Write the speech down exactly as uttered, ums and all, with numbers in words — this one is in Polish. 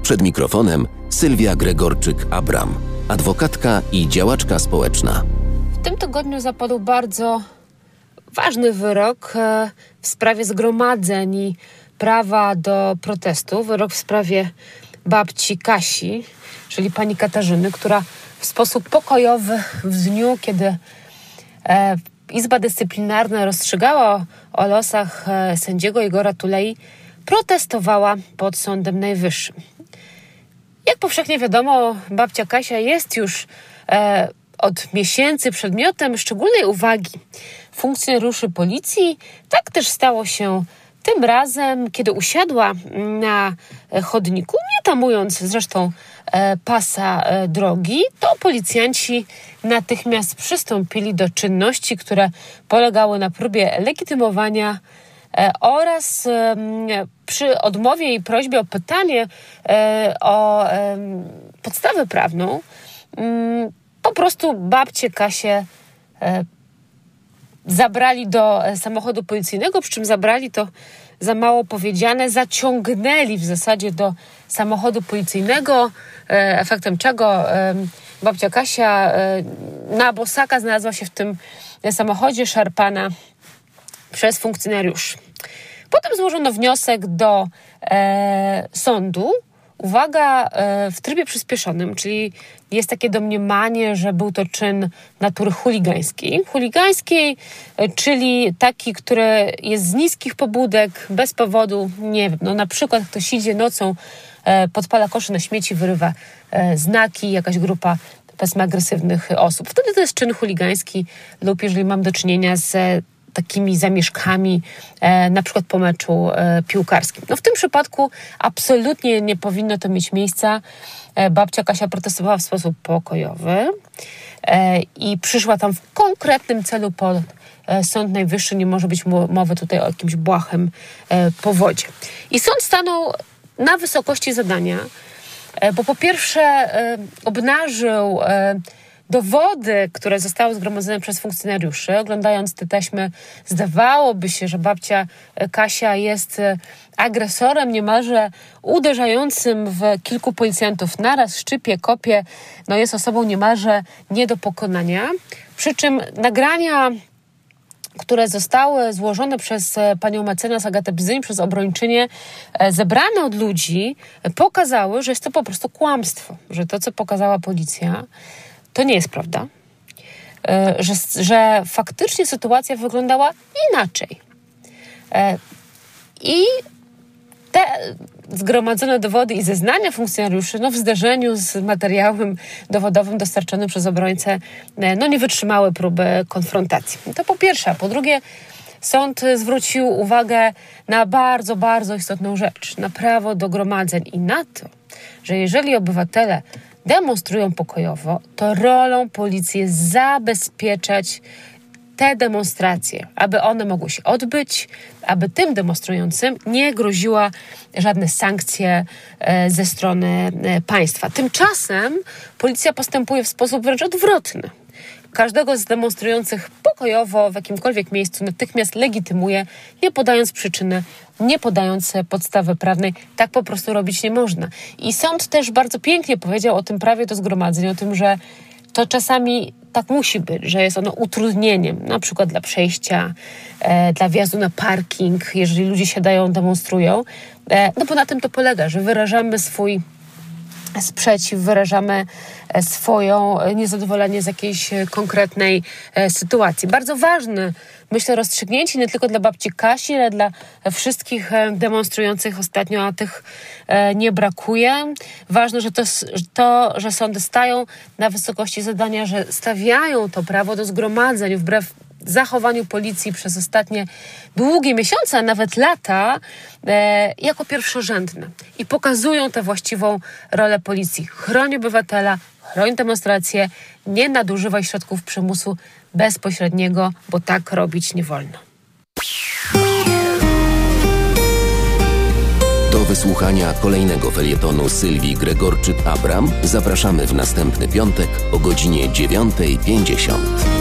Przed mikrofonem Sylwia Gregorczyk-Abram, adwokatka i działaczka społeczna. W tym tygodniu zapadł bardzo ważny wyrok w sprawie zgromadzeń i prawa do protestu. Wyrok w sprawie babci Kasi, czyli pani Katarzyny, która w sposób pokojowy w dniu, kiedy e, Izba Dyscyplinarna rozstrzygała o, o losach e, sędziego Igora Tulei, protestowała pod Sądem Najwyższym. Jak powszechnie wiadomo, babcia Kasia jest już e, od miesięcy przedmiotem szczególnej uwagi funkcjonariuszy policji. Tak też stało się tym razem, kiedy usiadła na chodniku, nie tamując zresztą e, pasa e, drogi, to policjanci natychmiast przystąpili do czynności, które polegały na próbie legitymowania e, oraz e, przy odmowie i prośbie o pytanie e, o e, podstawę prawną m, po prostu babcię Kasię e, zabrali do samochodu policyjnego, przy czym zabrali to za mało powiedziane, zaciągnęli w zasadzie do samochodu policyjnego, efektem czego babcia Kasia na bosaka znalazła się w tym samochodzie szarpana przez funkcjonariuszy. Potem złożono wniosek do e, sądu. Uwaga, w trybie przyspieszonym, czyli jest takie domniemanie, że był to czyn natury chuligańskiej. Chuligańskiej, czyli taki, który jest z niskich pobudek, bez powodu, nie wiem, no na przykład ktoś idzie nocą, podpala koszy na śmieci, wyrywa znaki, jakaś grupa, powiedzmy, agresywnych osób. Wtedy to jest czyn chuligański lub jeżeli mam do czynienia z takimi zamieszkami, e, na przykład po meczu e, piłkarskim. No w tym przypadku absolutnie nie powinno to mieć miejsca. E, babcia Kasia protestowała w sposób pokojowy e, i przyszła tam w konkretnym celu po e, Sąd Najwyższy. Nie może być mowy tutaj o jakimś błahym e, powodzie. I sąd stanął na wysokości zadania, e, bo po pierwsze e, obnażył e, dowody, które zostały zgromadzone przez funkcjonariuszy. Oglądając te taśmy, zdawałoby się, że babcia Kasia jest agresorem niemalże uderzającym w kilku policjantów naraz, szczypie, kopie, no jest osobą niemalże nie do pokonania. Przy czym nagrania, które zostały złożone przez panią mecenas Agatę Bzyń, przez obrończynię, zebrane od ludzi, pokazały, że jest to po prostu kłamstwo, że to, co pokazała policja, to nie jest prawda, że, że faktycznie sytuacja wyglądała inaczej. I te zgromadzone dowody i zeznania funkcjonariuszy no w zderzeniu z materiałem dowodowym dostarczonym przez obrońcę no nie wytrzymały próby konfrontacji. To po pierwsze. Po drugie, sąd zwrócił uwagę na bardzo, bardzo istotną rzecz. Na prawo do gromadzeń i na to, że jeżeli obywatele demonstrują pokojowo, to rolą policji jest zabezpieczać te demonstracje, aby one mogły się odbyć, aby tym demonstrującym nie groziła żadne sankcje e, ze strony e, państwa. Tymczasem policja postępuje w sposób wręcz odwrotny. Każdego z demonstrujących pokojowo w jakimkolwiek miejscu natychmiast legitymuje, nie podając przyczyny, nie podając podstawy prawnej. Tak po prostu robić nie można. I sąd też bardzo pięknie powiedział o tym prawie do zgromadzeń, o tym, że to czasami tak musi być, że jest ono utrudnieniem, na przykład dla przejścia, e, dla wjazdu na parking, jeżeli ludzie siadają, demonstrują. E, no bo na tym to polega, że wyrażamy swój sprzeciw, wyrażamy swoją niezadowolenie z jakiejś konkretnej sytuacji. Bardzo ważne, myślę, rozstrzygnięcie nie tylko dla babci Kasi, ale dla wszystkich demonstrujących ostatnio, a tych nie brakuje. Ważne, że to, to, że sądy stają na wysokości zadania, że stawiają to prawo do zgromadzeń wbrew zachowaniu policji przez ostatnie długie miesiące, a nawet lata, e, jako pierwszorzędne i pokazują tę właściwą rolę policji. Chroń obywatela, chroń demonstracje, nie nadużywaj środków przymusu bezpośredniego, bo tak robić nie wolno. Do wysłuchania kolejnego felietonu Sylwii Gregorczyk-Abram zapraszamy w następny piątek o godzinie dziewiąta pięćdziesiąt.